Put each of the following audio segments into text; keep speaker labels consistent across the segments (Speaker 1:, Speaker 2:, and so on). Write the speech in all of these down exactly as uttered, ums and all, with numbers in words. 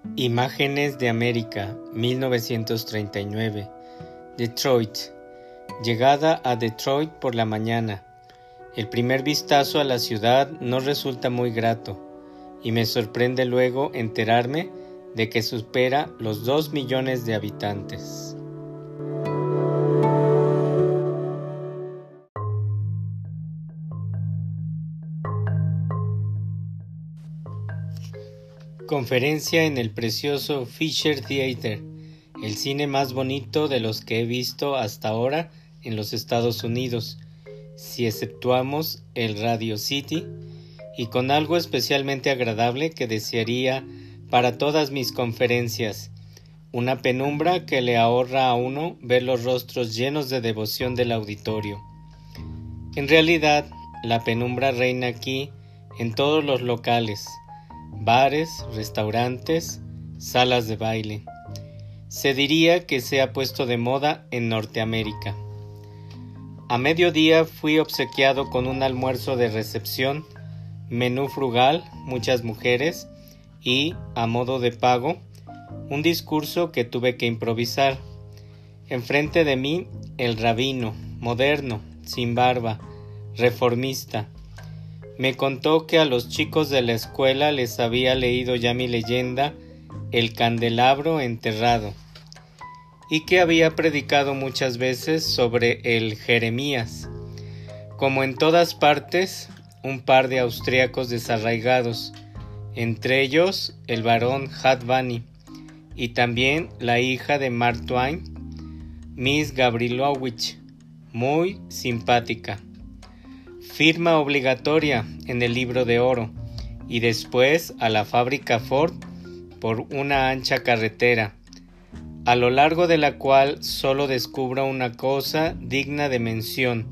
Speaker 1: Imágenes de América, mil novecientos treinta y nueve. Detroit. Llegada a Detroit por la mañana. El primer vistazo a la ciudad no resulta muy grato, y me sorprende luego enterarme de que supera los dos millones de habitantes. Conferencia en el precioso Fisher Theater, el cine más bonito de los que he visto hasta ahora en los Estados Unidos, si exceptuamos el Radio City, y con algo especialmente agradable que desearía para todas mis conferencias, una penumbra que le ahorra a uno ver los rostros llenos de devoción del auditorio. En realidad, la penumbra reina aquí en todos los locales, bares, restaurantes, salas de baile. Se diría que se ha puesto de moda en Norteamérica. A mediodía fui obsequiado con un almuerzo de recepción, menú frugal, muchas mujeres y, a modo de pago, un discurso que tuve que improvisar. Enfrente de mí, el rabino, moderno, sin barba, reformista. Me contó que a los chicos de la escuela les había leído ya mi leyenda, El candelabro enterrado, y que había predicado muchas veces sobre el Jeremías. Como en todas partes, un par de austríacos desarraigados, entre ellos el barón Hadvani, y también la hija de Mark Twain, Miss Gabrilowitsch, muy simpática. Firma obligatoria en el libro de oro, y después a la fábrica Ford por una ancha carretera, a lo largo de la cual solo descubro una cosa digna de mención: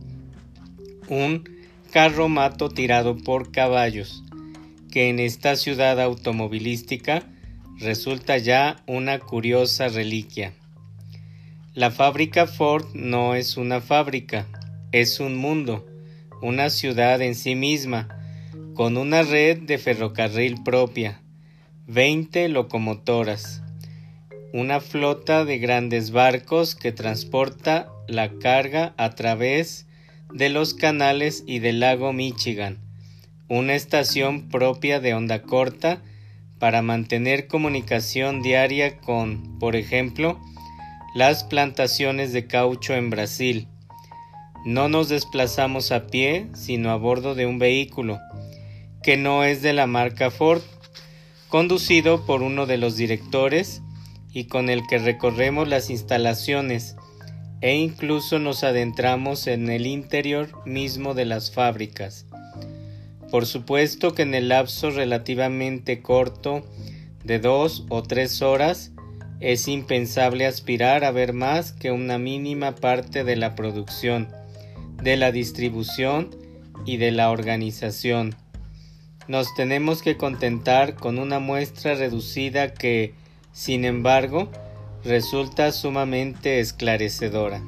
Speaker 1: un carromato tirado por caballos, que en esta ciudad automovilística resulta ya una curiosa reliquia. La fábrica Ford no es una fábrica, es un mundo, una ciudad en sí misma, con una red de ferrocarril propia, veinte locomotoras, una flota de grandes barcos que transporta la carga a través de los canales y del lago Michigan, una estación propia de onda corta para mantener comunicación diaria con, por ejemplo, las plantaciones de caucho en Brasil. No nos desplazamos a pie, sino a bordo de un vehículo, que no es de la marca Ford, conducido por uno de los directores y con el que recorremos las instalaciones e incluso nos adentramos en el interior mismo de las fábricas. Por supuesto que en el lapso relativamente corto de dos o tres horas es impensable aspirar a ver más que una mínima parte de la producción, de la distribución y de la organización. Nos tenemos que contentar con una muestra reducida que, sin embargo, resulta sumamente esclarecedora.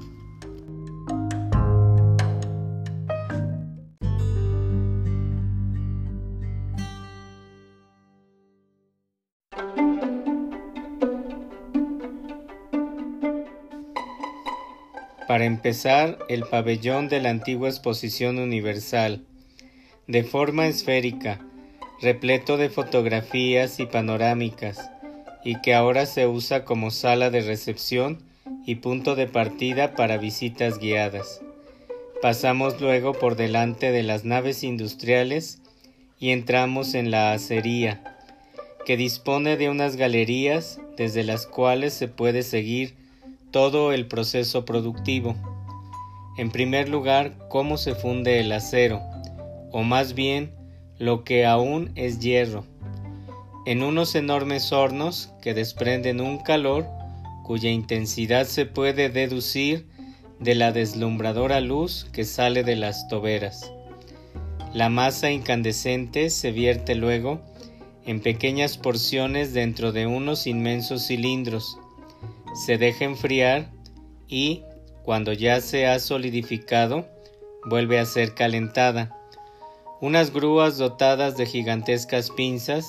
Speaker 1: Para empezar, el pabellón de la antigua Exposición Universal, de forma esférica, repleto de fotografías y panorámicas, y que ahora se usa como sala de recepción y punto de partida para visitas guiadas. Pasamos luego por delante de las naves industriales y entramos en la acería, que dispone de unas galerías desde las cuales se puede seguir todo el proceso productivo. En primer lugar, cómo se funde el acero, o más bien, lo que aún es hierro, en unos enormes hornos que desprenden un calor cuya intensidad se puede deducir de la deslumbradora luz que sale de las toberas. La masa incandescente se vierte luego en pequeñas porciones dentro de unos inmensos cilindros, se deja enfriar y, cuando ya se ha solidificado, vuelve a ser calentada. Unas grúas dotadas de gigantescas pinzas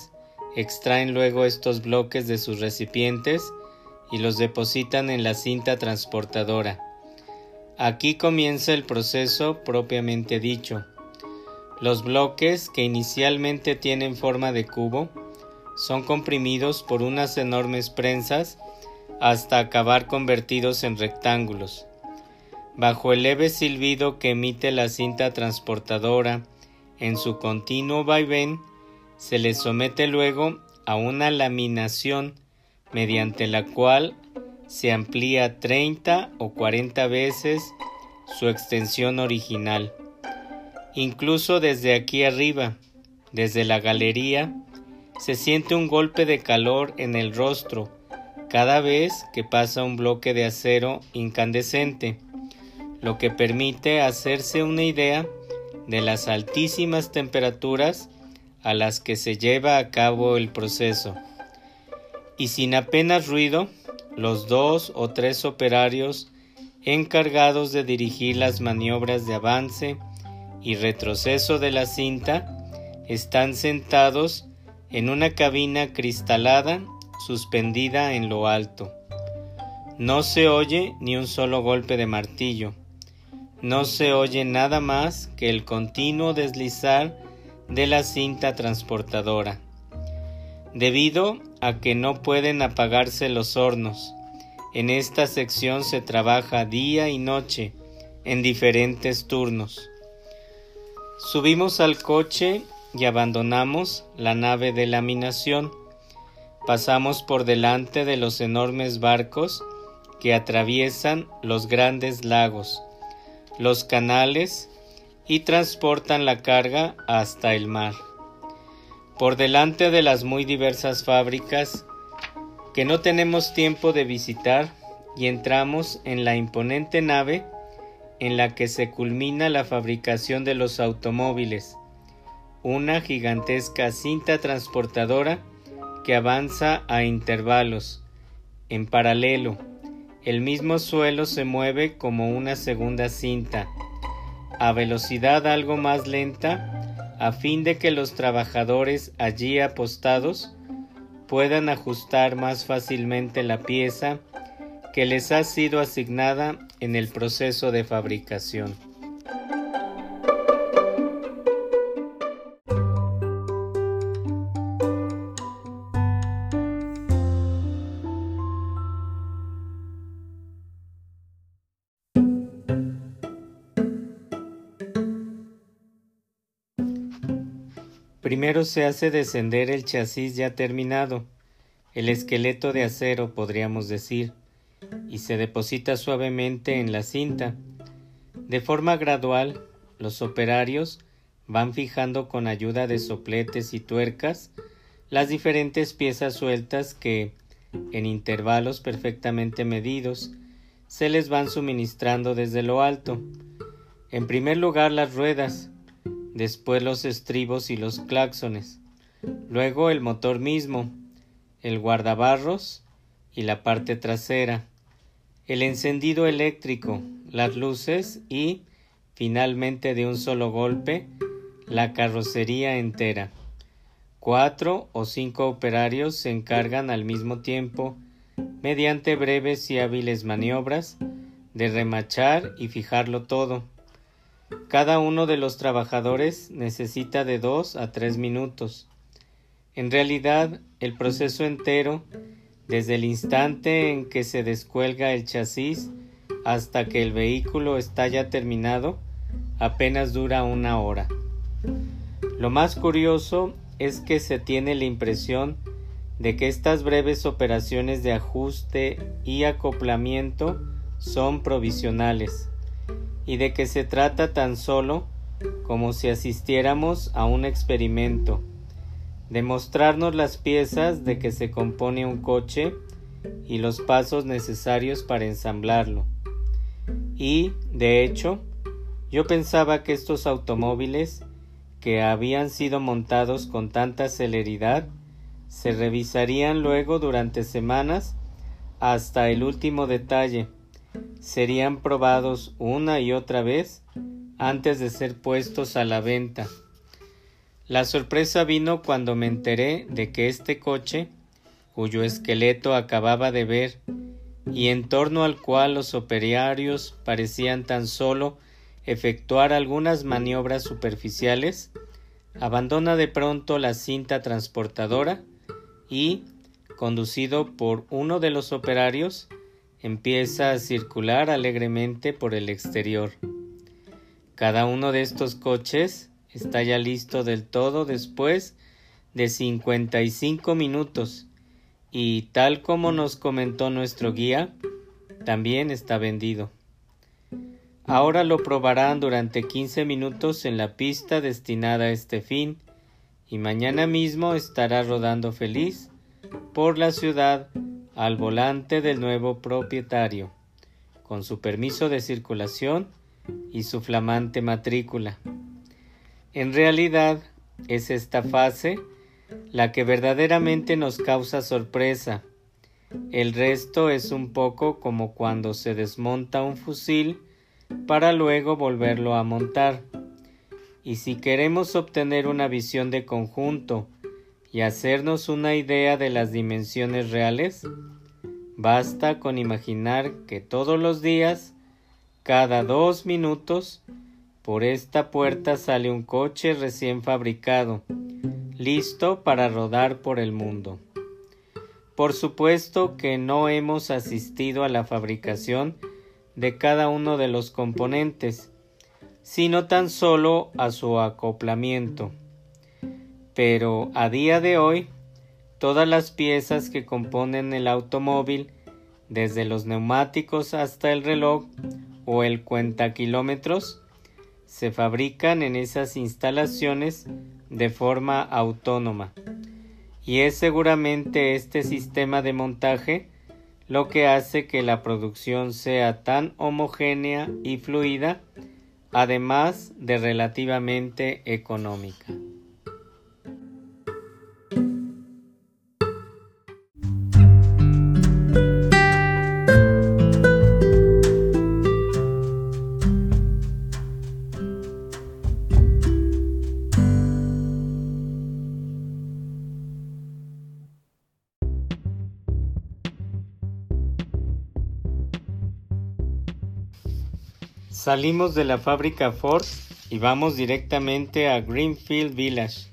Speaker 1: extraen luego estos bloques de sus recipientes y los depositan en la cinta transportadora. Aquí comienza el proceso propiamente dicho. Los bloques, que inicialmente tienen forma de cubo, son comprimidos por unas enormes prensas hasta acabar convertidos en rectángulos. Bajo el leve silbido que emite la cinta transportadora en su continuo vaivén, se les somete luego a una laminación mediante la cual se amplía treinta o cuarenta veces su extensión original. Incluso desde aquí arriba, desde la galería, se siente un golpe de calor en el rostro cada vez que pasa un bloque de acero incandescente, lo que permite hacerse una idea de las altísimas temperaturas a las que se lleva a cabo el proceso. Y sin apenas ruido, los dos o tres operarios encargados de dirigir las maniobras de avance y retroceso de la cinta están sentados en una cabina cristalada suspendida en lo alto. No se oye ni un solo golpe de martillo. No se oye nada más que el continuo deslizar de la cinta transportadora. Debido a que no pueden apagarse los hornos, en esta sección se trabaja día y noche en diferentes turnos. Subimos al coche y abandonamos la nave de laminación. Pasamos por delante de los enormes barcos que atraviesan los grandes lagos, los canales y transportan la carga hasta el mar. Por delante de las muy diversas fábricas que no tenemos tiempo de visitar, y entramos en la imponente nave en la que se culmina la fabricación de los automóviles, una gigantesca cinta transportadora que avanza a intervalos, en paralelo. El mismo suelo se mueve como una segunda cinta, a velocidad algo más lenta, a fin de que los trabajadores allí apostados puedan ajustar más fácilmente la pieza que les ha sido asignada en el proceso de fabricación. Primero se hace descender el chasis ya terminado, el esqueleto de acero podríamos decir, y se deposita suavemente en la cinta. De forma gradual, los operarios van fijando con ayuda de sopletes y tuercas las diferentes piezas sueltas que, en intervalos perfectamente medidos, se les van suministrando desde lo alto. En primer lugar las ruedas, después los estribos y los claxones, luego el motor mismo, el guardabarros y la parte trasera, el encendido eléctrico, las luces y, finalmente de un solo golpe, la carrocería entera. Cuatro o cinco operarios se encargan al mismo tiempo, mediante breves y hábiles maniobras, de remachar y fijarlo todo. Cada uno de los trabajadores necesita de dos a tres minutos. En realidad, el proceso entero, desde el instante en que se descuelga el chasis hasta que el vehículo está ya terminado, apenas dura una hora. Lo más curioso es que se tiene la impresión de que estas breves operaciones de ajuste y acoplamiento son provisionales, y de que se trata tan solo como si asistiéramos a un experimento, de mostrarnos las piezas de que se compone un coche y los pasos necesarios para ensamblarlo. Y, de hecho, yo pensaba que estos automóviles, que habían sido montados con tanta celeridad, se revisarían luego durante semanas hasta el último detalle, serían probados una y otra vez antes de ser puestos a la venta. La sorpresa vino cuando me enteré de que este coche, cuyo esqueleto acababa de ver y en torno al cual los operarios parecían tan solo efectuar algunas maniobras superficiales, abandona de pronto la cinta transportadora y, conducido por uno de los operarios, empieza a circular alegremente por el exterior. Cada uno de estos coches está ya listo del todo después de cincuenta y cinco minutos y, tal como nos comentó nuestro guía, también está vendido. Ahora lo probarán durante quince minutos en la pista destinada a este fin y mañana mismo estará rodando feliz por la ciudad al volante del nuevo propietario, con su permiso de circulación y su flamante matrícula. En realidad, es esta fase la que verdaderamente nos causa sorpresa. El resto es un poco como cuando se desmonta un fusil para luego volverlo a montar. Y si queremos obtener una visión de conjunto y hacernos una idea de las dimensiones reales, basta con imaginar que todos los días, cada dos minutos, por esta puerta sale un coche recién fabricado, listo para rodar por el mundo. Por supuesto que no hemos asistido a la fabricación de cada uno de los componentes, sino tan solo a su acoplamiento. Pero a día de hoy, todas las piezas que componen el automóvil, desde los neumáticos hasta el reloj o el cuentakilómetros, se fabrican en esas instalaciones de forma autónoma. Y es seguramente este sistema de montaje lo que hace que la producción sea tan homogénea y fluida, además de relativamente económica. Salimos de la fábrica Ford y vamos directamente a Greenfield Village.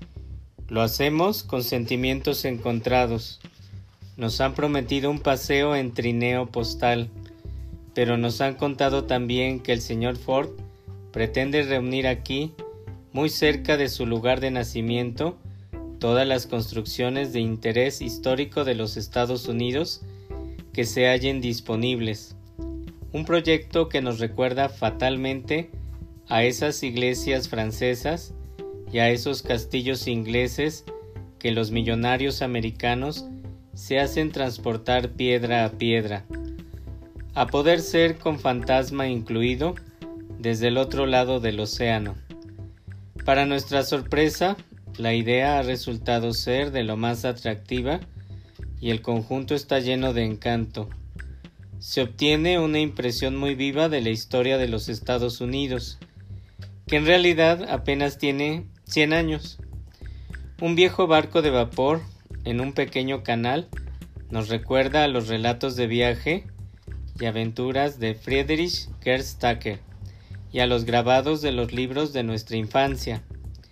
Speaker 1: Lo hacemos con sentimientos encontrados. Nos han prometido un paseo en trineo postal, pero nos han contado también que el señor Ford pretende reunir aquí, muy cerca de su lugar de nacimiento, todas las construcciones de interés histórico de los Estados Unidos que se hallen disponibles. Un proyecto que nos recuerda fatalmente a esas iglesias francesas y a esos castillos ingleses que los millonarios americanos se hacen transportar piedra a piedra, a poder ser con fantasma incluido desde el otro lado del océano. Para nuestra sorpresa, la idea ha resultado ser de lo más atractiva y el conjunto está lleno de encanto. Se obtiene una impresión muy viva de la historia de los Estados Unidos, que en realidad apenas tiene cien años. Un viejo barco de vapor en un pequeño canal nos recuerda a los relatos de viaje y aventuras de Friedrich Kerr y a los grabados de los libros de nuestra infancia.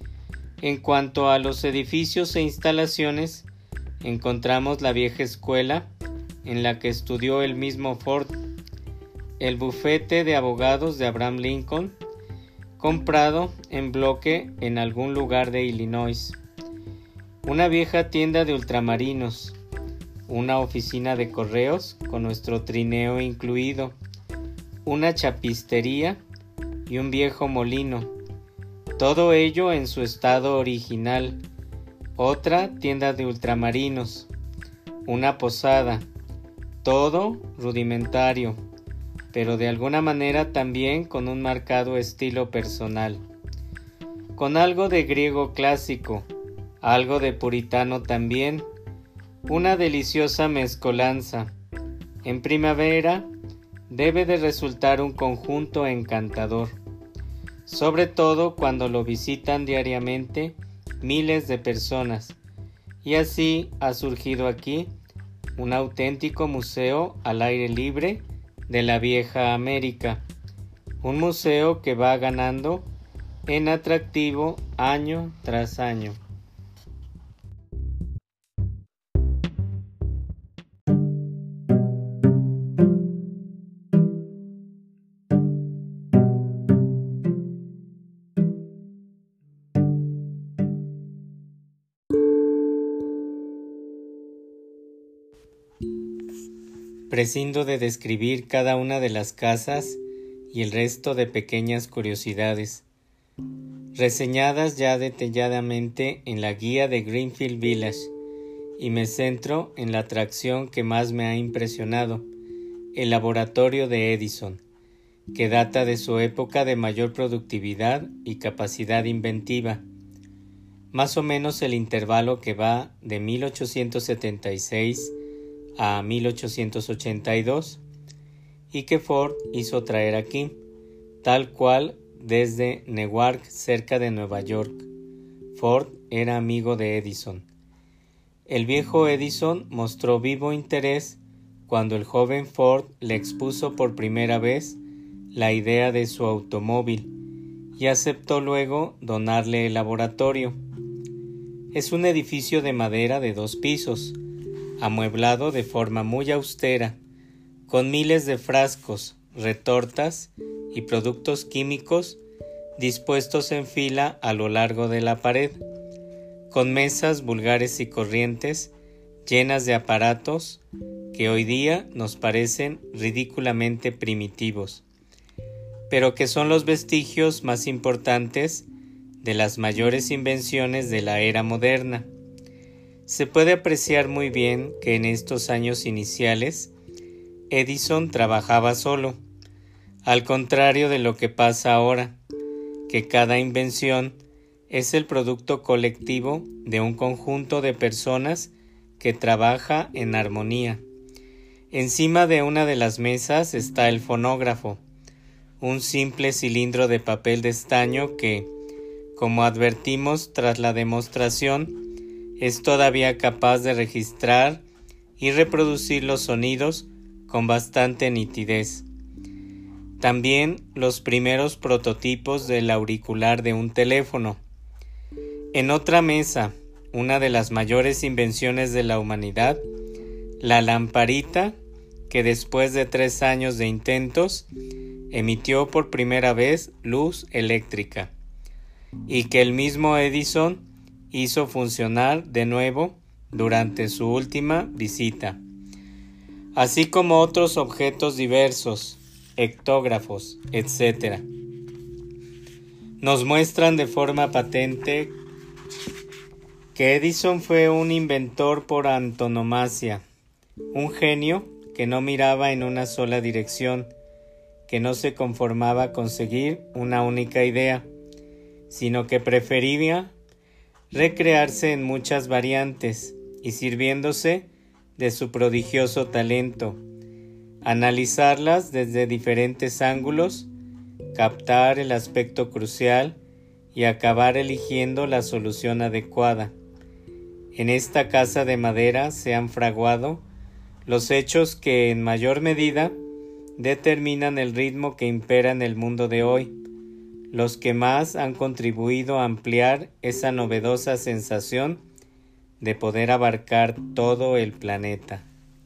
Speaker 1: En cuanto a los edificios e instalaciones, encontramos la vieja escuela en la que estudió el mismo Ford, el bufete de abogados de Abraham Lincoln, comprado en bloque en algún lugar de Illinois, una vieja tienda de ultramarinos, una oficina de correos con nuestro trineo incluido, una chapistería y un viejo molino, todo ello en su estado original, otra tienda de ultramarinos, una posada, todo rudimentario, pero de alguna manera también con un marcado estilo personal, con algo de griego clásico, algo de puritano también, una deliciosa mezcolanza. En primavera debe de resultar un conjunto encantador, sobre todo cuando lo visitan diariamente miles de personas, y así ha surgido aquí un auténtico museo al aire libre de la vieja América, un museo que va ganando en atractivo año tras año. Prescindo de describir cada una de las casas y el resto de pequeñas curiosidades, reseñadas ya detalladamente en la guía de Greenfield Village, y me centro en la atracción que más me ha impresionado, el laboratorio de Edison, que data de su época de mayor productividad y capacidad inventiva, más o menos el intervalo que va de mil ochocientos setenta y seis a mil ochocientos ochenta y dos, y que Ford hizo traer aquí, tal cual desde Newark, cerca de Nueva York. Ford era amigo de Edison. El viejo Edison mostró vivo interés cuando el joven Ford le expuso por primera vez la idea de su automóvil y aceptó luego donarle el laboratorio. Es un edificio de madera de dos pisos, amueblado de forma muy austera, con miles de frascos, retortas y productos químicos dispuestos en fila a lo largo de la pared, con mesas vulgares y corrientes llenas de aparatos que hoy día nos parecen ridículamente primitivos, pero que son los vestigios más importantes de las mayores invenciones de la era moderna. Se puede apreciar muy bien que en estos años iniciales Edison trabajaba solo, al contrario de lo que pasa ahora, que cada invención es el producto colectivo de un conjunto de personas que trabaja en armonía. Encima de una de las mesas está el fonógrafo, un simple cilindro de papel de estaño que, como advertimos tras la demostración, es todavía capaz de registrar y reproducir los sonidos con bastante nitidez. También los primeros prototipos del auricular de un teléfono. En otra mesa, una de las mayores invenciones de la humanidad, la lamparita que después de tres años de intentos emitió por primera vez luz eléctrica y que el mismo Edison hizo funcionar de nuevo durante su última visita, así como otros objetos diversos, hectógrafos, etcétera. Nos muestran de forma patente que Edison fue un inventor por antonomasia, un genio que no miraba en una sola dirección, que no se conformaba con seguir una única idea, sino que prefería recrearse en muchas variantes y sirviéndose de su prodigioso talento, analizarlas desde diferentes ángulos, captar el aspecto crucial y acabar eligiendo la solución adecuada. En esta casa de madera se han fraguado los hechos que en mayor medida determinan el ritmo que impera en el mundo de hoy, los que más han contribuido a ampliar esa novedosa sensación de poder abarcar todo el planeta.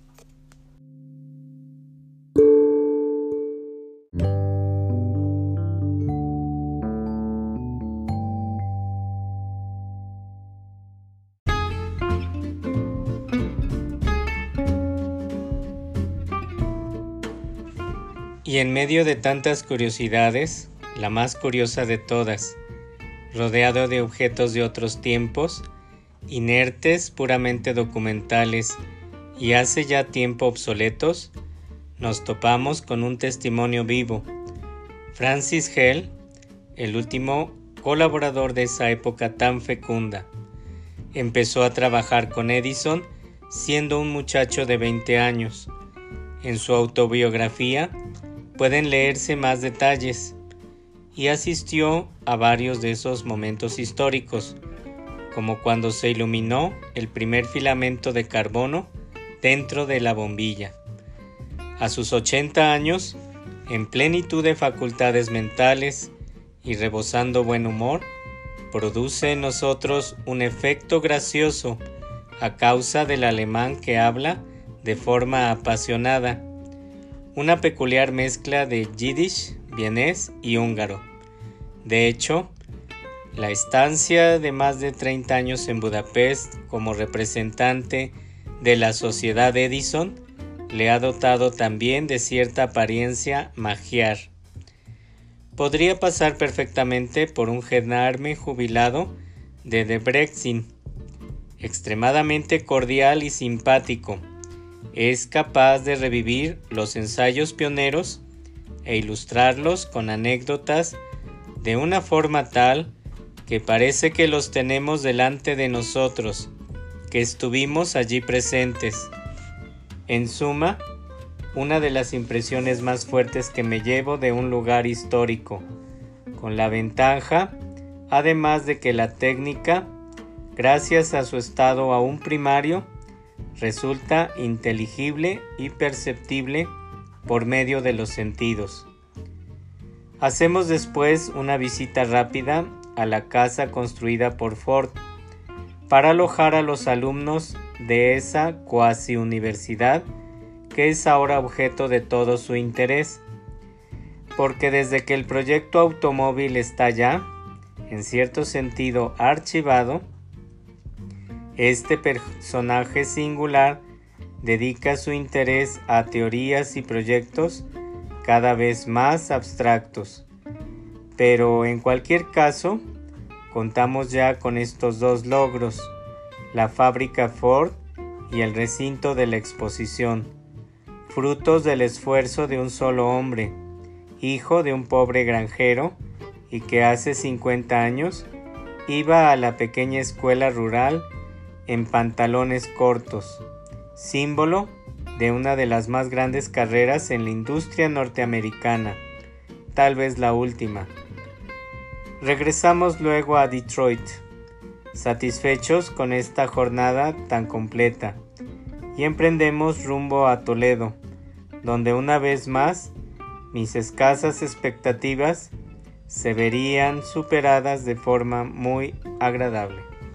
Speaker 1: Y en medio de tantas curiosidades, la más curiosa de todas, rodeado de objetos de otros tiempos, inertes, puramente documentales y hace ya tiempo obsoletos, nos topamos con un testimonio vivo. Francis Hell, el último colaborador de esa época tan fecunda, empezó a trabajar con Edison siendo un muchacho de veinte años. En su autobiografía pueden leerse más detalles, y asistió a varios de esos momentos históricos, como cuando se iluminó el primer filamento de carbono dentro de la bombilla. A sus ochenta años, en plenitud de facultades mentales y rebosando buen humor, produce en nosotros un efecto gracioso a causa del alemán que habla de forma apasionada, una peculiar mezcla de yiddish, vienés y húngaro. De hecho, la estancia de más de treinta años en Budapest como representante de la Sociedad Edison le ha dotado también de cierta apariencia magiar. Podría pasar perfectamente por un gendarme jubilado de Debrecen, extremadamente cordial y simpático. Es capaz de revivir los ensayos pioneros e ilustrarlos con anécdotas de una forma tal que parece que los tenemos delante de nosotros, que estuvimos allí presentes. En suma, una de las impresiones más fuertes que me llevo de un lugar histórico, con la ventaja, además de que la técnica, gracias a su estado aún primario, resulta inteligible y perceptible por medio de los sentidos. Hacemos después una visita rápida a la casa construida por Ford para alojar a los alumnos de esa cuasi universidad que es ahora objeto de todo su interés, porque desde que el proyecto automóvil está ya, en cierto sentido, archivado, este personaje singular dedica su interés a teorías y proyectos cada vez más abstractos. Pero en cualquier caso, contamos ya con estos dos logros, la fábrica Ford y el recinto de la exposición, frutos del esfuerzo de un solo hombre, hijo de un pobre granjero y que hace cincuenta años iba a la pequeña escuela rural en pantalones cortos, símbolo de una de las más grandes carreras en la industria norteamericana, tal vez la última. Regresamos luego a Detroit, satisfechos con esta jornada tan completa, y emprendemos rumbo a Toledo, donde una vez más mis escasas expectativas se verían superadas de forma muy agradable.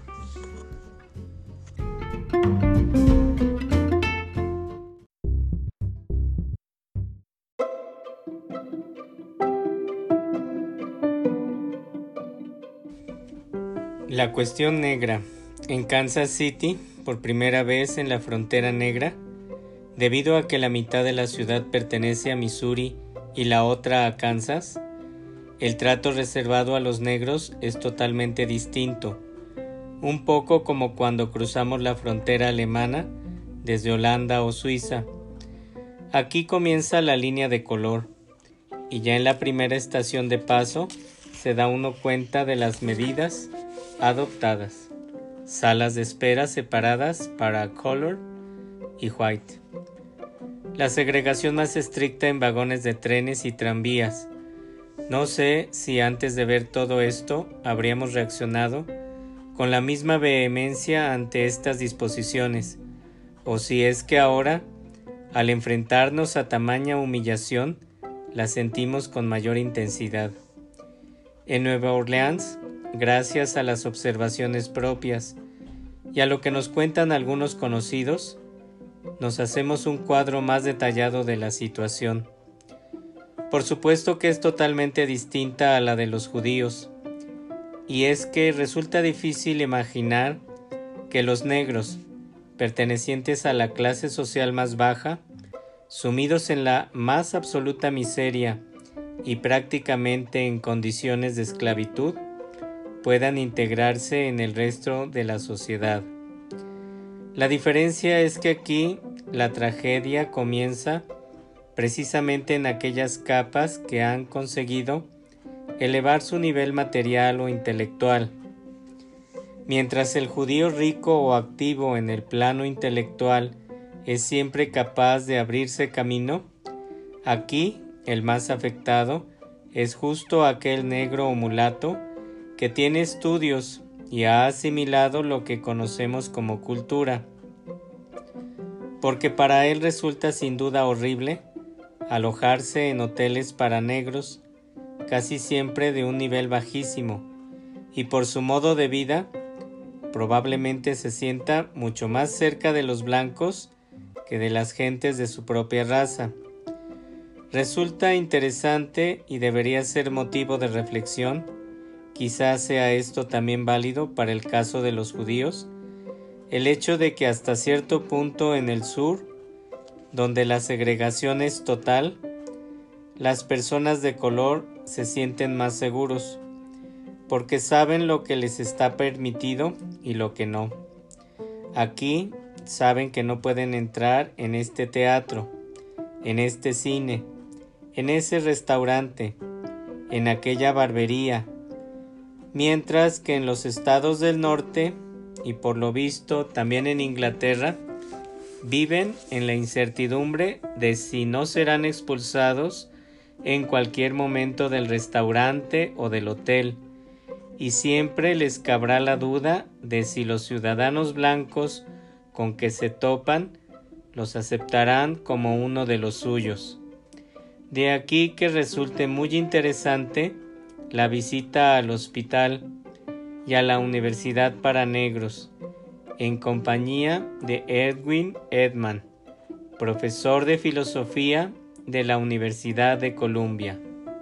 Speaker 1: La cuestión negra. En Kansas City, por primera vez en la frontera negra, debido a que la mitad de la ciudad pertenece a Missouri y la otra a Kansas, el trato reservado a los negros es totalmente distinto, un poco como cuando cruzamos la frontera alemana desde Holanda o Suiza. Aquí comienza la línea de color, y ya en la primera estación de paso se da uno cuenta de las medidas adoptadas. Salas de espera separadas para color y white. La segregación más estricta en vagones de trenes y tranvías. No sé si antes de ver todo esto habríamos reaccionado con la misma vehemencia ante estas disposiciones, o si es que ahora, al enfrentarnos a tamaña humillación, la sentimos con mayor intensidad. En Nueva Orleans, gracias a las observaciones propias y a lo que nos cuentan algunos conocidos, nos hacemos un cuadro más detallado de la situación. Por supuesto que es totalmente distinta a la de los judíos, y es que resulta difícil imaginar que los negros, pertenecientes a la clase social más baja, sumidos en la más absoluta miseria y prácticamente en condiciones de esclavitud, puedan integrarse en el resto de la sociedad. La diferencia es que aquí la tragedia comienza precisamente en aquellas capas que han conseguido elevar su nivel material o intelectual. Mientras el judío rico o activo en el plano intelectual es siempre capaz de abrirse camino, aquí el más afectado es justo aquel negro o mulato que tiene estudios y ha asimilado lo que conocemos como cultura, porque para él resulta sin duda horrible alojarse en hoteles para negros, casi siempre de un nivel bajísimo, y por su modo de vida probablemente se sienta mucho más cerca de los blancos que de las gentes de su propia raza. Resulta interesante y debería ser motivo de reflexión, quizás sea esto también válido para el caso de los judíos, el hecho de que hasta cierto punto en el sur, donde la segregación es total, las personas de color se sienten más seguros, porque saben lo que les está permitido y lo que no. Aquí saben que no pueden entrar en este teatro, en este cine, en ese restaurante, en aquella barbería, mientras que en los estados del norte, y por lo visto también en Inglaterra, viven en la incertidumbre de si no serán expulsados en cualquier momento del restaurante o del hotel, y siempre les cabrá la duda de si los ciudadanos blancos con que se topan los aceptarán como uno de los suyos. De aquí que resulte muy interesante la visita al hospital y a la Universidad para Negros, en compañía de Edwin Edman, profesor de filosofía de la Universidad de Columbia.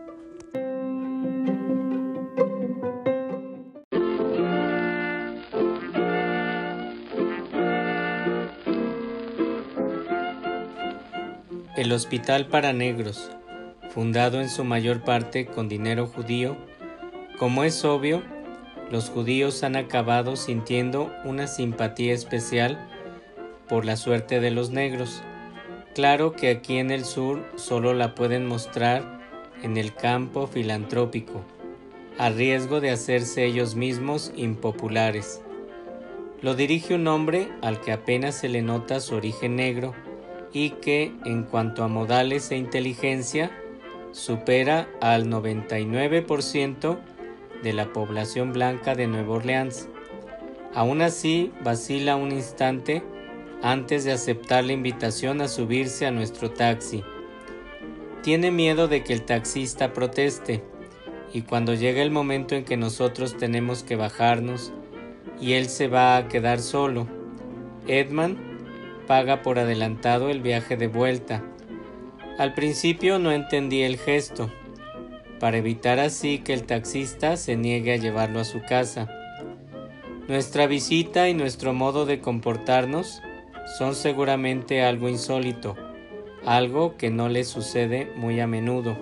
Speaker 1: El Hospital para Negros, fundado en su mayor parte con dinero judío, como es obvio, los judíos han acabado sintiendo una simpatía especial por la suerte de los negros. Claro que aquí en el sur solo la pueden mostrar en el campo filantrópico, a riesgo de hacerse ellos mismos impopulares. Lo dirige un hombre al que apenas se le nota su origen negro y que, en cuanto a modales e inteligencia, supera al noventa y nueve por ciento de la población blanca de Nueva Orleans. Aún así, vacila un instante antes de aceptar la invitación a subirse a nuestro taxi. Tiene miedo de que el taxista proteste, y cuando llega el momento en que nosotros tenemos que bajarnos y él se va a quedar solo, Edman paga por adelantado el viaje de vuelta. Al principio no entendí el gesto, para evitar así que el taxista se niegue a llevarlo a su casa. Nuestra visita y nuestro modo de comportarnos son seguramente algo insólito, algo que no le sucede muy a menudo.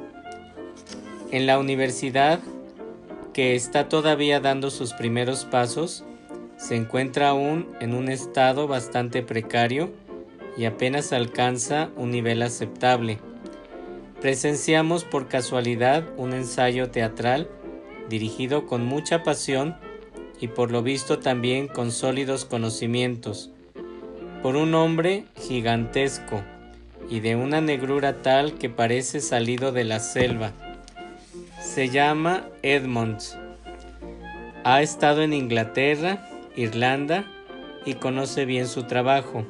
Speaker 1: En la universidad, que está todavía dando sus primeros pasos, se encuentra aún en un estado bastante precario y apenas alcanza un nivel aceptable. Presenciamos por casualidad un ensayo teatral dirigido con mucha pasión y por lo visto también con sólidos conocimientos, por un hombre gigantesco y de una negrura tal que parece salido de la selva. Se llama Edmonds. Ha estado en Inglaterra, Irlanda y conoce bien su trabajo.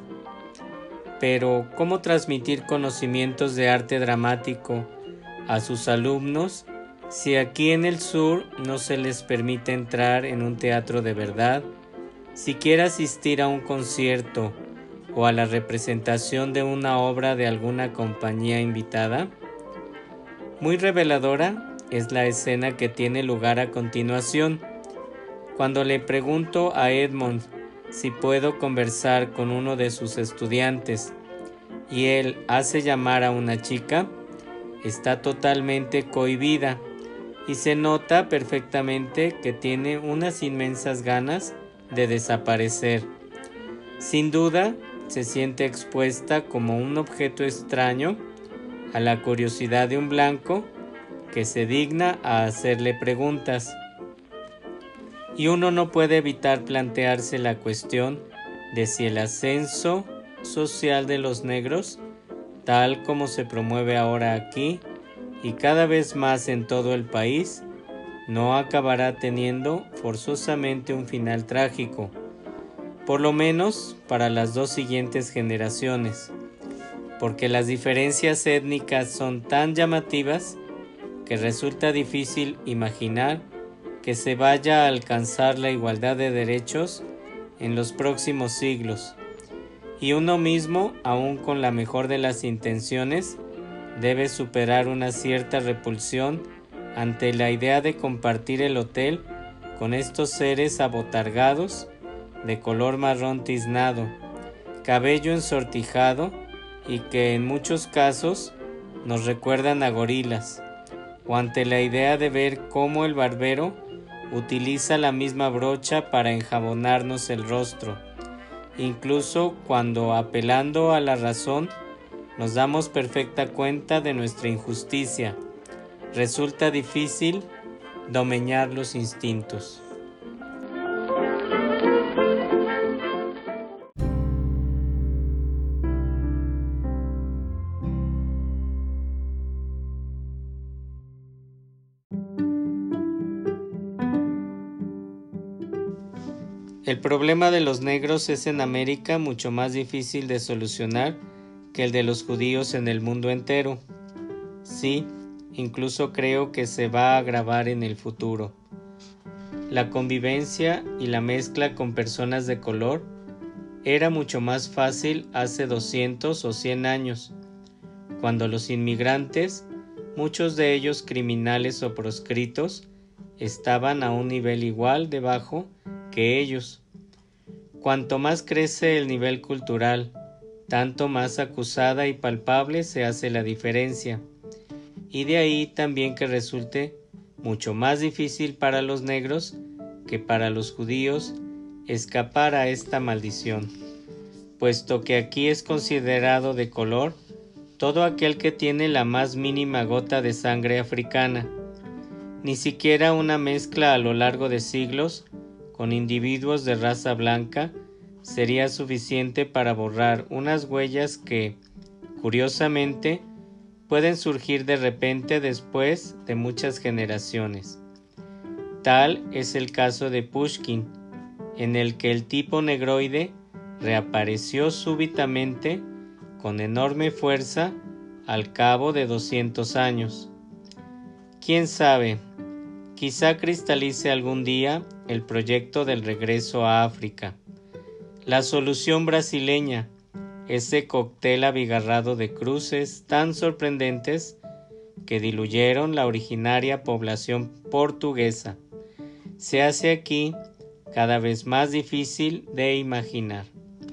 Speaker 1: Pero, ¿cómo transmitir conocimientos de arte dramático a sus alumnos si aquí en el sur no se les permite entrar en un teatro de verdad, siquiera asistir a un concierto o a la representación de una obra de alguna compañía invitada? Muy reveladora es la escena que tiene lugar a continuación. Cuando le pregunto a Edmond si puedo conversar con uno de sus estudiantes y él hace llamar a una chica, está totalmente cohibida y se nota perfectamente que tiene unas inmensas ganas de desaparecer. Sin duda, se siente expuesta como un objeto extraño a la curiosidad de un blanco que se digna a hacerle preguntas. Y uno no puede evitar plantearse la cuestión de si el ascenso social de los negros, tal como se promueve ahora aquí y cada vez más en todo el país, no acabará teniendo forzosamente un final trágico, por lo menos para las dos siguientes generaciones, porque las diferencias étnicas son tan llamativas que resulta difícil imaginar que se vaya a alcanzar la igualdad de derechos en los próximos siglos, y uno mismo, aun con la mejor de las intenciones, debe superar una cierta repulsión ante la idea de compartir el hotel con estos seres abotargados, de color marrón tiznado, cabello ensortijado y que en muchos casos nos recuerdan a gorilas, o ante la idea de ver cómo el barbero utiliza la misma brocha para enjabonarnos el rostro, incluso cuando, apelando a la razón, nos damos perfecta cuenta de nuestra injusticia. Resulta difícil domeñar los instintos. El problema de los negros es en América mucho más difícil de solucionar que el de los judíos en el mundo entero. Sí, incluso creo que se va a agravar en el futuro. La convivencia y la mezcla con personas de color era mucho más fácil hace doscientos o cien años, cuando los inmigrantes, muchos de ellos criminales o proscritos, estaban a un nivel igual de bajo que ellos. Cuanto más crece el nivel cultural, tanto más acusada y palpable se hace la diferencia, y de ahí también que resulte mucho más difícil para los negros que para los judíos escapar a esta maldición, puesto que aquí es considerado de color todo aquel que tiene la más mínima gota de sangre africana. Ni siquiera una mezcla a lo largo de siglos con individuos de raza blanca sería suficiente para borrar unas huellas que, curiosamente, pueden surgir de repente después de muchas generaciones. Tal es el caso de Pushkin, en el que el tipo negroide reapareció súbitamente con enorme fuerza al cabo de doscientos años. ¿Quién sabe? Quizá cristalice algún día el proyecto del regreso a África. La solución brasileña, ese cóctel abigarrado de cruces tan sorprendentes que diluyeron la originaria población portuguesa, se hace aquí cada vez más difícil de imaginar.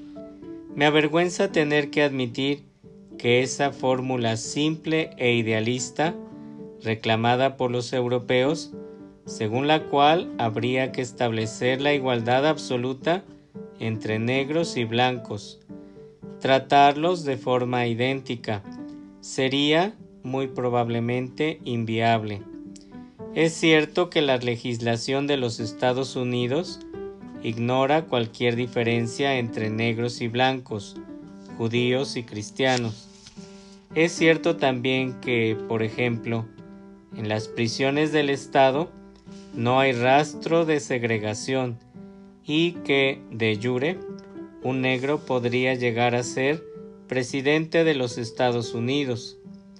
Speaker 1: Me avergüenza tener que admitir que esa fórmula simple e idealista, reclamada por los europeos, según la cual habría que establecer la igualdad absoluta entre negros y blancos, tratarlos de forma idéntica, sería muy probablemente inviable. Es cierto que la legislación de los Estados Unidos ignora cualquier diferencia entre negros y blancos, judíos y cristianos. Es cierto también que, por ejemplo, en las prisiones del Estado no hay rastro de segregación y que, de jure, un negro podría llegar a ser presidente de los Estados Unidos.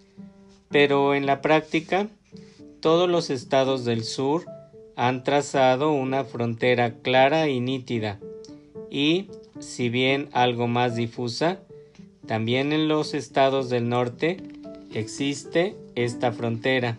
Speaker 1: Pero en la práctica, todos los estados del sur han trazado una frontera clara y nítida, y, si bien algo más difusa, también en los estados del norte existe esta frontera.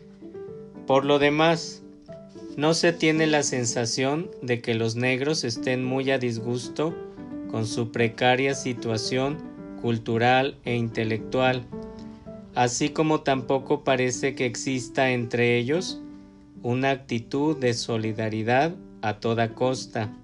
Speaker 1: Por lo demás, no se tiene la sensación de que los negros estén muy a disgusto con su precaria situación cultural e intelectual, así como tampoco parece que exista entre ellos una actitud de solidaridad a toda costa.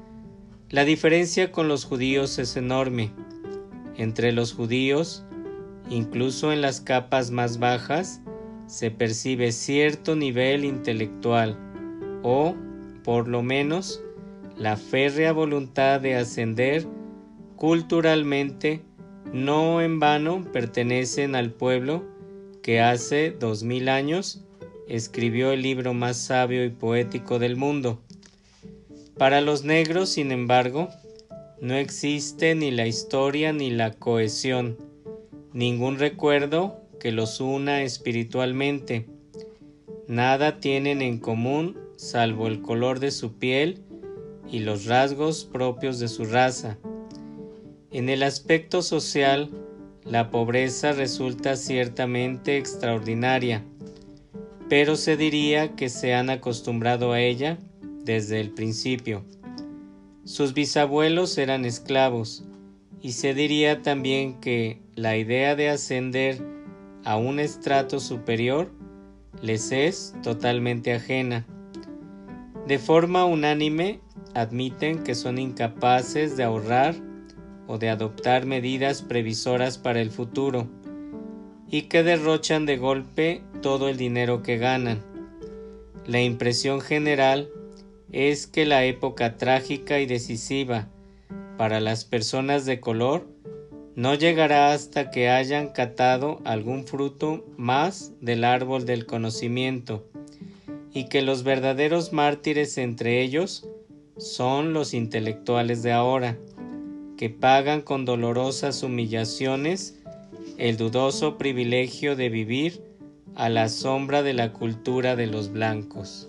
Speaker 1: La diferencia con los judíos es enorme. Entre los judíos, incluso en las capas más bajas, se percibe cierto nivel intelectual, o, por lo menos, la férrea voluntad de ascender culturalmente. No en vano pertenecen al pueblo que hace dos mil años escribió el libro más sabio y poético del mundo. Para los negros, sin embargo, no existe ni la historia ni la cohesión, ningún recuerdo que los una espiritualmente. Nada tienen en común salvo el color de su piel y los rasgos propios de su raza. En el aspecto social, la pobreza resulta ciertamente extraordinaria, pero se diría que se han acostumbrado a ella desde el principio. Sus bisabuelos eran esclavos, y se diría también que la idea de ascender a un estrato superior les es totalmente ajena. De forma unánime, admiten que son incapaces de ahorrar o de adoptar medidas previsoras para el futuro, y que derrochan de golpe todo el dinero que ganan. La impresión general es que la época trágica y decisiva para las personas de color no llegará hasta que hayan catado algún fruto más del árbol del conocimiento, y que los verdaderos mártires entre ellos son los intelectuales de ahora, que pagan con dolorosas humillaciones el dudoso privilegio de vivir a la sombra de la cultura de los blancos.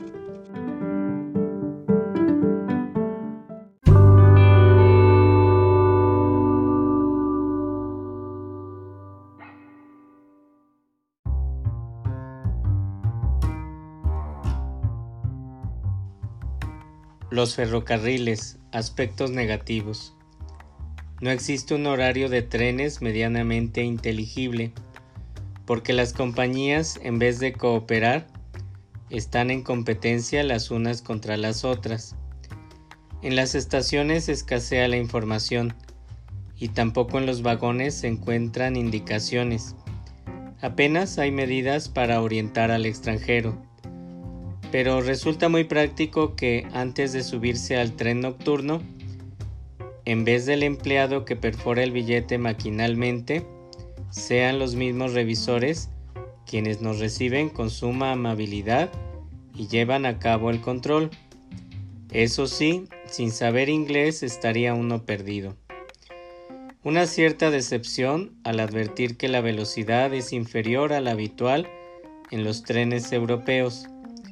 Speaker 1: Los ferrocarriles, aspectos negativos. No existe un horario de trenes medianamente inteligible, porque las compañías, en vez de cooperar, están en competencia las unas contra las otras. En las estaciones escasea la información, y tampoco en los vagones se encuentran indicaciones. Apenas hay medidas para orientar al extranjero. Pero resulta muy práctico que antes de subirse al tren nocturno, en vez del empleado que perfora el billete maquinalmente, sean los mismos revisores quienes nos reciben con suma amabilidad y llevan a cabo el control. Eso sí, sin saber inglés estaría uno perdido. Una cierta decepción al advertir que la velocidad es inferior a la habitual en los trenes europeos.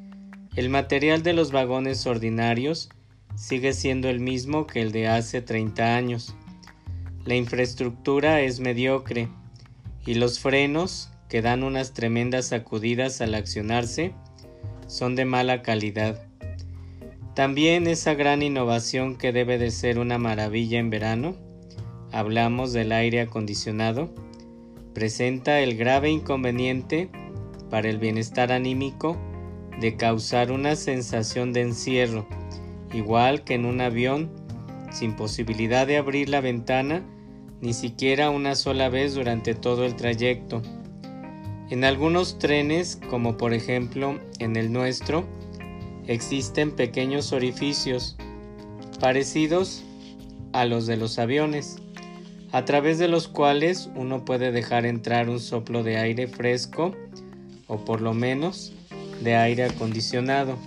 Speaker 1: El material de los vagones ordinarios sigue siendo el mismo que el de hace treinta años. La infraestructura es mediocre y los frenos, que dan unas tremendas sacudidas al accionarse, son de mala calidad. También esa gran innovación que debe de ser una maravilla en verano, hablamos del aire acondicionado, presenta el grave inconveniente para el bienestar anímico de causar una sensación de encierro, igual que en un avión, sin posibilidad de abrir la ventana ni siquiera una sola vez durante todo el trayecto. En algunos trenes, como por ejemplo en el nuestro, existen pequeños orificios parecidos a los de los aviones, a través de los cuales uno puede dejar entrar un soplo de aire fresco o por lo menos de aire acondicionado.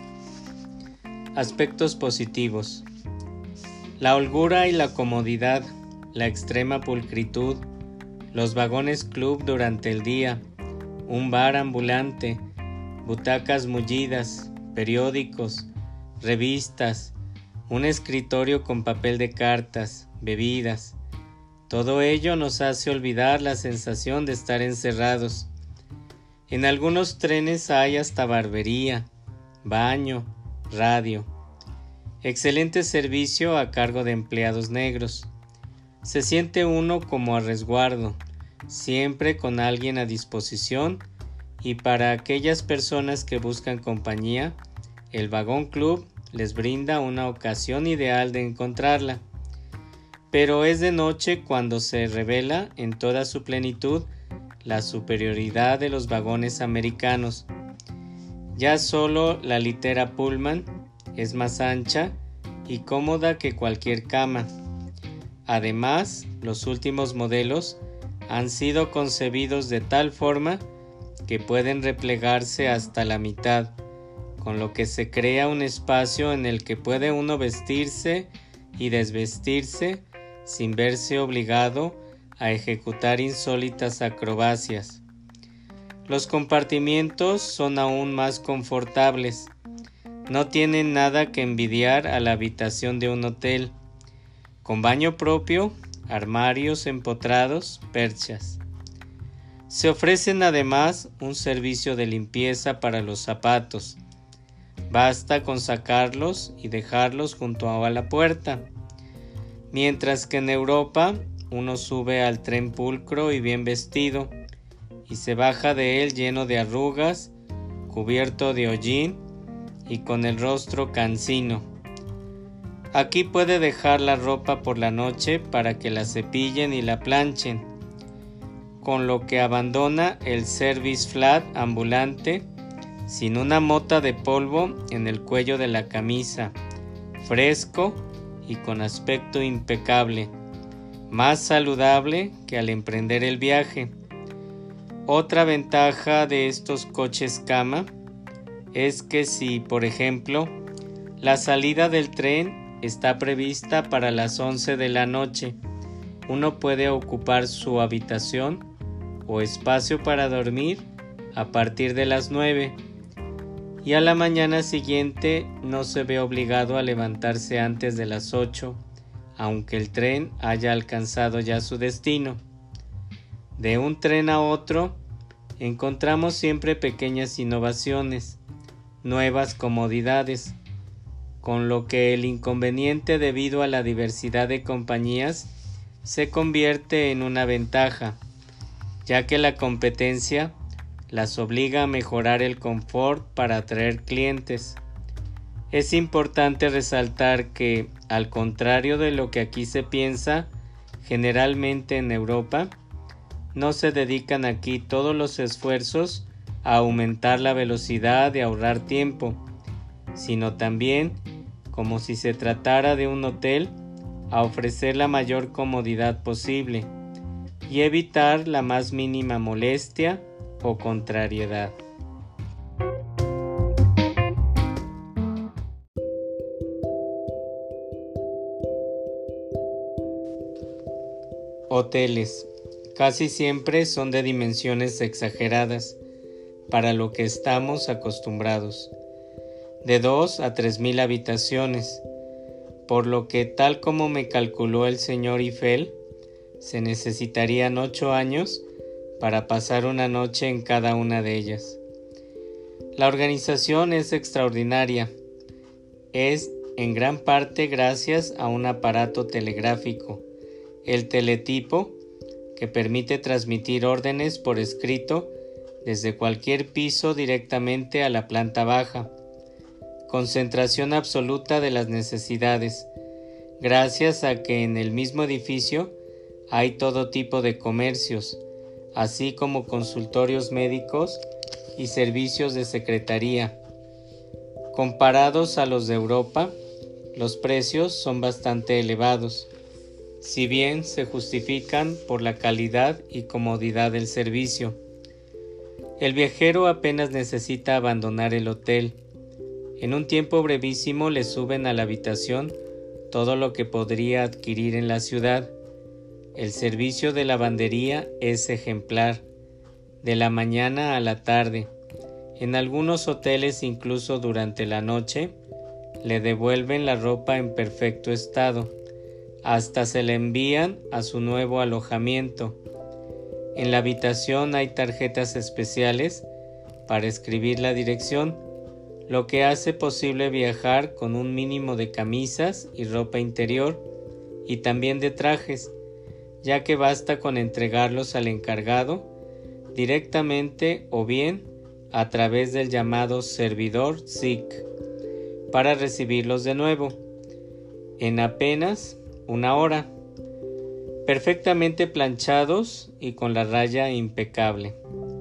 Speaker 1: Aspectos positivos. La holgura y la comodidad, la extrema pulcritud, los vagones club durante el día, un bar ambulante, butacas mullidas, periódicos, revistas, un escritorio con papel de cartas, bebidas. Todo ello nos hace olvidar la sensación de estar encerrados. En algunos trenes hay hasta barbería, baño, radio. Excelente servicio a cargo de empleados negros. Se siente uno como a resguardo, siempre con alguien a disposición, y para aquellas personas que buscan compañía, el vagón club les brinda una ocasión ideal de encontrarla. Pero es de noche cuando se revela en toda su plenitud la superioridad de los vagones americanos. Ya solo la litera Pullman es más ancha y cómoda que cualquier cama. Además, los últimos modelos han sido concebidos de tal forma que pueden replegarse hasta la mitad, con lo que se crea un espacio en el que puede uno vestirse y desvestirse sin verse obligado a ejecutar insólitas acrobacias. Los compartimientos son aún más confortables. No tienen nada que envidiar a la habitación de un hotel, con baño propio, armarios empotrados, perchas. Se ofrecen además un servicio de limpieza para los zapatos. Basta con sacarlos y dejarlos junto a la puerta. Mientras que en Europa uno sube al tren pulcro y bien vestido y se baja de él lleno de arrugas, cubierto de hollín y con el rostro cansino. Aquí puede dejar la ropa por la noche para que la cepillen y la planchen, con lo que abandona el service flat ambulante sin una mota de polvo en el cuello de la camisa, fresco y con aspecto impecable, más saludable que al emprender el viaje. Otra ventaja de estos coches cama es que si, por ejemplo, la salida del tren está prevista para las once de la noche, uno puede ocupar su habitación o espacio para dormir a partir de las nueve, y a la mañana siguiente no se ve obligado a levantarse antes de las ocho, aunque el tren haya alcanzado ya su destino. De un tren a otro encontramos siempre pequeñas innovaciones, nuevas comodidades, con lo que el inconveniente debido a la diversidad de compañías se convierte en una ventaja, ya que la competencia las obliga a mejorar el confort para atraer clientes. Es importante resaltar que, al contrario de lo que aquí se piensa, generalmente en Europa, no se dedican aquí todos los esfuerzos a aumentar la velocidad y ahorrar tiempo, sino también, como si se tratara de un hotel, a ofrecer la mayor comodidad posible y evitar la más mínima molestia o contrariedad. Hoteles. Casi siempre son de dimensiones exageradas para lo que estamos acostumbrados, de dos a tres mil habitaciones, por lo que, tal como me calculó el señor Eiffel, se necesitarían ocho años para pasar una noche en cada una de ellas. La organización es extraordinaria. Es en gran parte gracias a un aparato telegráfico, el teletipo, que permite transmitir órdenes por escrito desde cualquier piso directamente a la planta baja. Concentración absoluta de las necesidades, gracias a que en el mismo edificio hay todo tipo de comercios, así como consultorios médicos y servicios de secretaría. Comparados a los de Europa, los precios son bastante elevados, si bien se justifican por la calidad y comodidad del servicio. El viajero apenas necesita abandonar el hotel. En un tiempo brevísimo le suben a la habitación todo lo que podría adquirir en la ciudad. El servicio de lavandería es ejemplar, de la mañana a la tarde. En algunos hoteles, incluso durante la noche, le devuelven la ropa en perfecto estado. Hasta se la envían a su nuevo alojamiento. En la habitación hay tarjetas especiales para escribir la dirección, lo que hace posible viajar con un mínimo de camisas y ropa interior, y también de trajes, ya que basta con entregarlos al encargado directamente o bien a través del llamado servidor S I C para recibirlos de nuevo en apenas una hora, perfectamente planchados y con la raya impecable.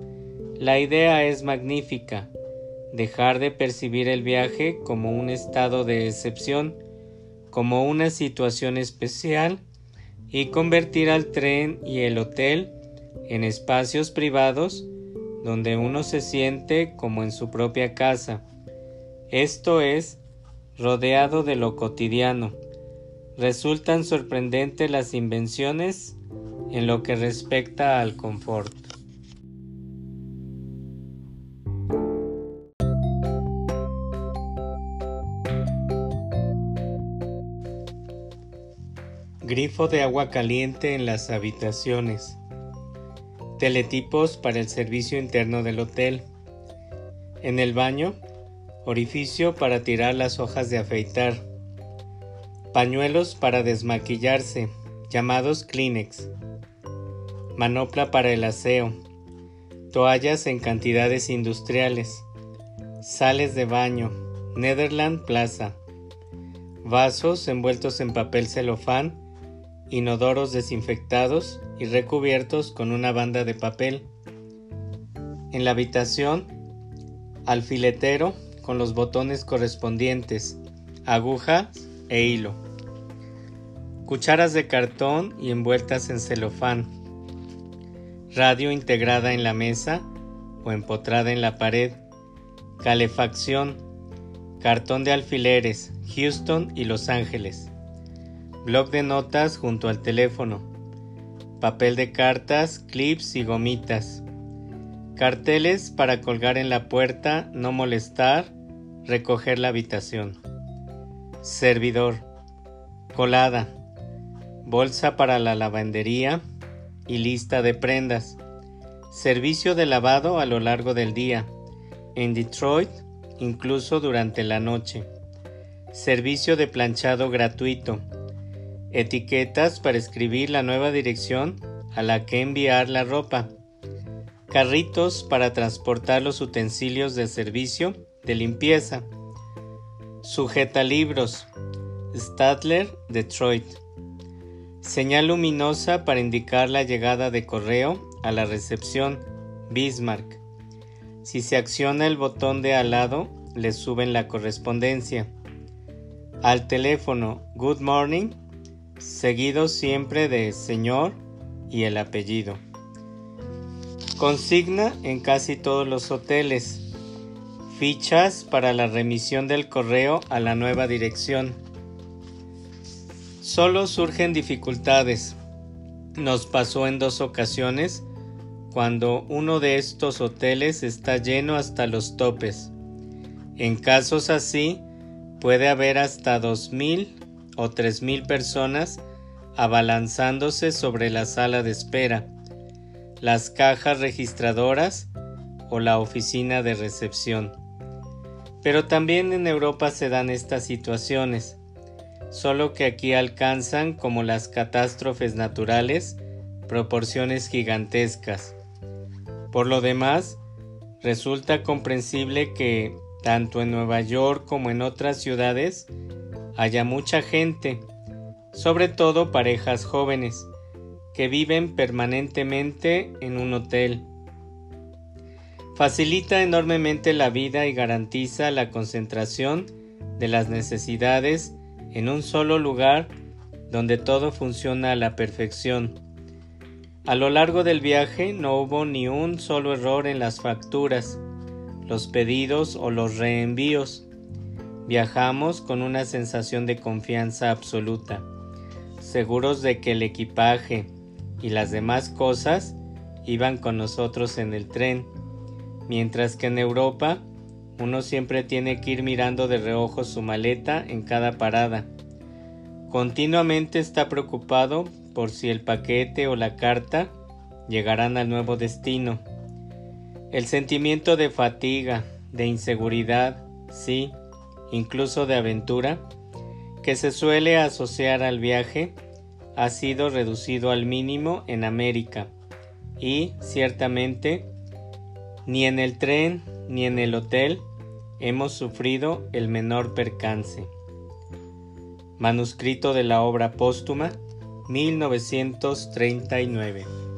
Speaker 1: La idea es magnífica: dejar de percibir el viaje como un estado de excepción, como una situación especial, y convertir al tren y el hotel en espacios privados donde uno se siente como en su propia casa, esto es, rodeado de lo cotidiano. Resultan sorprendentes las invenciones en lo que respecta al confort. Grifo de agua caliente en las habitaciones. Teletipos para el servicio interno del hotel. En el baño, orificio para tirar las hojas de afeitar. Pañuelos para desmaquillarse, llamados Kleenex. Manopla para el aseo. Toallas en cantidades industriales. Sales de baño. Netherland Plaza. Vasos envueltos en papel celofán. Inodoros desinfectados y recubiertos con una banda de papel. En la habitación, alfiletero con los botones correspondientes, agujas e hilo. Cucharas de cartón y envueltas en celofán. Radio integrada en la mesa o empotrada en la pared. Calefacción. Cartón de alfileres, Houston y Los Ángeles. Bloc de notas junto al teléfono. Papel de cartas, clips y gomitas. Carteles para colgar en la puerta, no molestar, recoger la habitación. Servidor. Colada. Bolsa para la lavandería y lista de prendas. Servicio de lavado a lo largo del día. En Detroit, incluso durante la noche. Servicio de planchado gratuito. Etiquetas para escribir la nueva dirección a la que enviar la ropa. Carritos para transportar los utensilios de servicio de limpieza. Sujetalibros. Statler, Detroit. Señal luminosa para indicar la llegada de correo a la recepción, Bismarck. Si se acciona el botón de al lado, le suben la correspondencia. Al teléfono, Good Morning, seguido siempre de señor y el apellido. Consigna en casi todos los hoteles. Fichas para la remisión del correo a la nueva dirección. Solo surgen dificultades. Nos pasó en dos ocasiones cuando uno de estos hoteles está lleno hasta los topes. En casos así, puede haber hasta dos mil o tres mil personas abalanzándose sobre la sala de espera, las cajas registradoras o la oficina de recepción. Pero también en Europa se dan estas situaciones, solo que aquí alcanzan, como las catástrofes naturales, proporciones gigantescas. Por lo demás, resulta comprensible que, tanto en Nueva York como en otras ciudades, haya mucha gente, sobre todo parejas jóvenes, que viven permanentemente en un hotel. Facilita enormemente la vida y garantiza la concentración de las necesidades en un solo lugar donde todo funciona a la perfección. A lo largo del viaje no hubo ni un solo error en las facturas, los pedidos o los reenvíos. Viajamos con una sensación de confianza absoluta, seguros de que el equipaje y las demás cosas iban con nosotros en el tren, mientras que en Europa uno siempre tiene que ir mirando de reojo su maleta en cada parada. Continuamente está preocupado por si el paquete o la carta llegarán al nuevo destino. El sentimiento de fatiga, de inseguridad, sí, incluso de aventura, que se suele asociar al viaje, ha sido reducido al mínimo en América y, ciertamente, ni en el tren ni en el hotel hemos sufrido el menor percance. Manuscrito de la obra póstuma, mil novecientos treinta y nueve.